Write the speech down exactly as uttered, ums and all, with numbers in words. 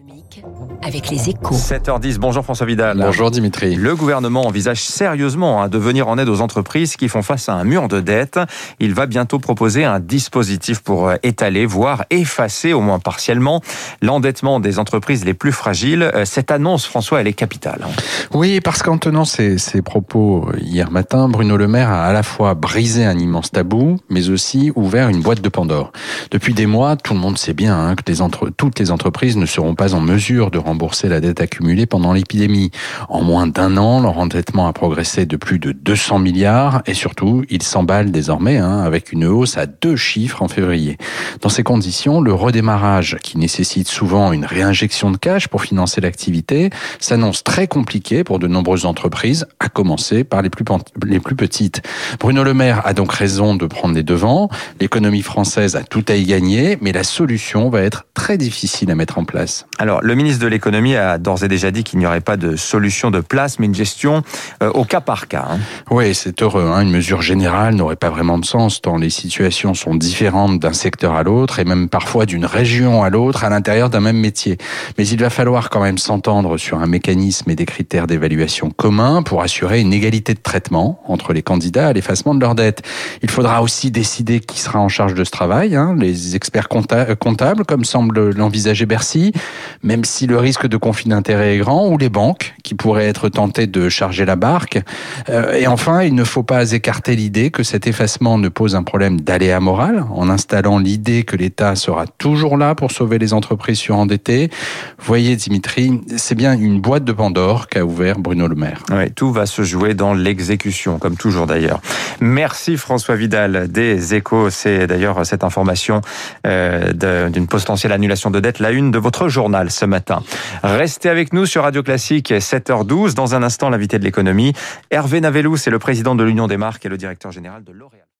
économique avec les Échos. sept heures dix, bonjour François Vidal. Bonjour Dimitri. Le gouvernement envisage sérieusement hein, de venir en aide aux entreprises qui font face à un mur de dette. Il va bientôt proposer un dispositif pour étaler, voire effacer, au moins partiellement, l'endettement des entreprises les plus fragiles. Cette annonce, François, elle est capitale. Oui, parce qu'en tenant ses, ses propos hier matin, Bruno Le Maire a à la fois brisé un immense tabou, mais aussi ouvert une boîte de Pandore. Depuis des mois, tout le monde sait bien hein, que les entre... toutes les entreprises ne seront pas en mesure de rembourser la dette accumulée pendant l'épidémie. En moins d'un an, leur endettement a progressé de plus de deux cents milliards et surtout, il s'emballe désormais hein, avec une hausse à deux chiffres en février. Dans ces conditions, le redémarrage, qui nécessite souvent une réinjection de cash pour financer l'activité, s'annonce très compliqué pour de nombreuses entreprises, à commencer par les plus, les plus petites. Bruno Le Maire a donc raison de prendre les devants. L'économie française a tout à y gagner, mais la solution va être très difficile à mettre en place. Alors, le ministre de l'économie a d'ores et déjà dit qu'il n'y aurait pas de solution de place, mais une gestion euh, au cas par cas. Hein. Oui, c'est heureux. Hein. Une mesure générale n'aurait pas vraiment de sens, tant les situations sont différentes d'un secteur à l'autre, et même parfois d'une région à l'autre, à l'intérieur d'un même métier. Mais il va falloir quand même s'entendre sur un mécanisme et des critères d'évaluation communs pour assurer une égalité de traitement entre les candidats à l'effacement de leur dette. Il faudra aussi décider qui sera en charge de ce travail, hein. Les experts comptables, comme semble l'envisager Bercy, même si le risque de conflit d'intérêts est grand, ou les banques, qui pourraient être tentées de charger la barque. Euh, et enfin, il ne faut pas écarter l'idée que cet effacement ne pose un problème d'aléa moral, en installant l'idée que l'État sera toujours là pour sauver les entreprises surendettées. Voyez, Dimitri, c'est bien une boîte de Pandore qu'a ouvert Bruno Le Maire. Oui, tout va se jouer dans l'exécution, comme toujours d'ailleurs. Merci François Vidal des Échos. C'est d'ailleurs cette information euh, de, d'une potentielle annulation de dette, la une de votre journal ce matin. Restez avec nous sur Radio Classique, sept heures douze. Dans un instant, l'invité de l'économie, Hervé Navellous, c'est le président de l'Union des marques et le directeur général de L'Oréal.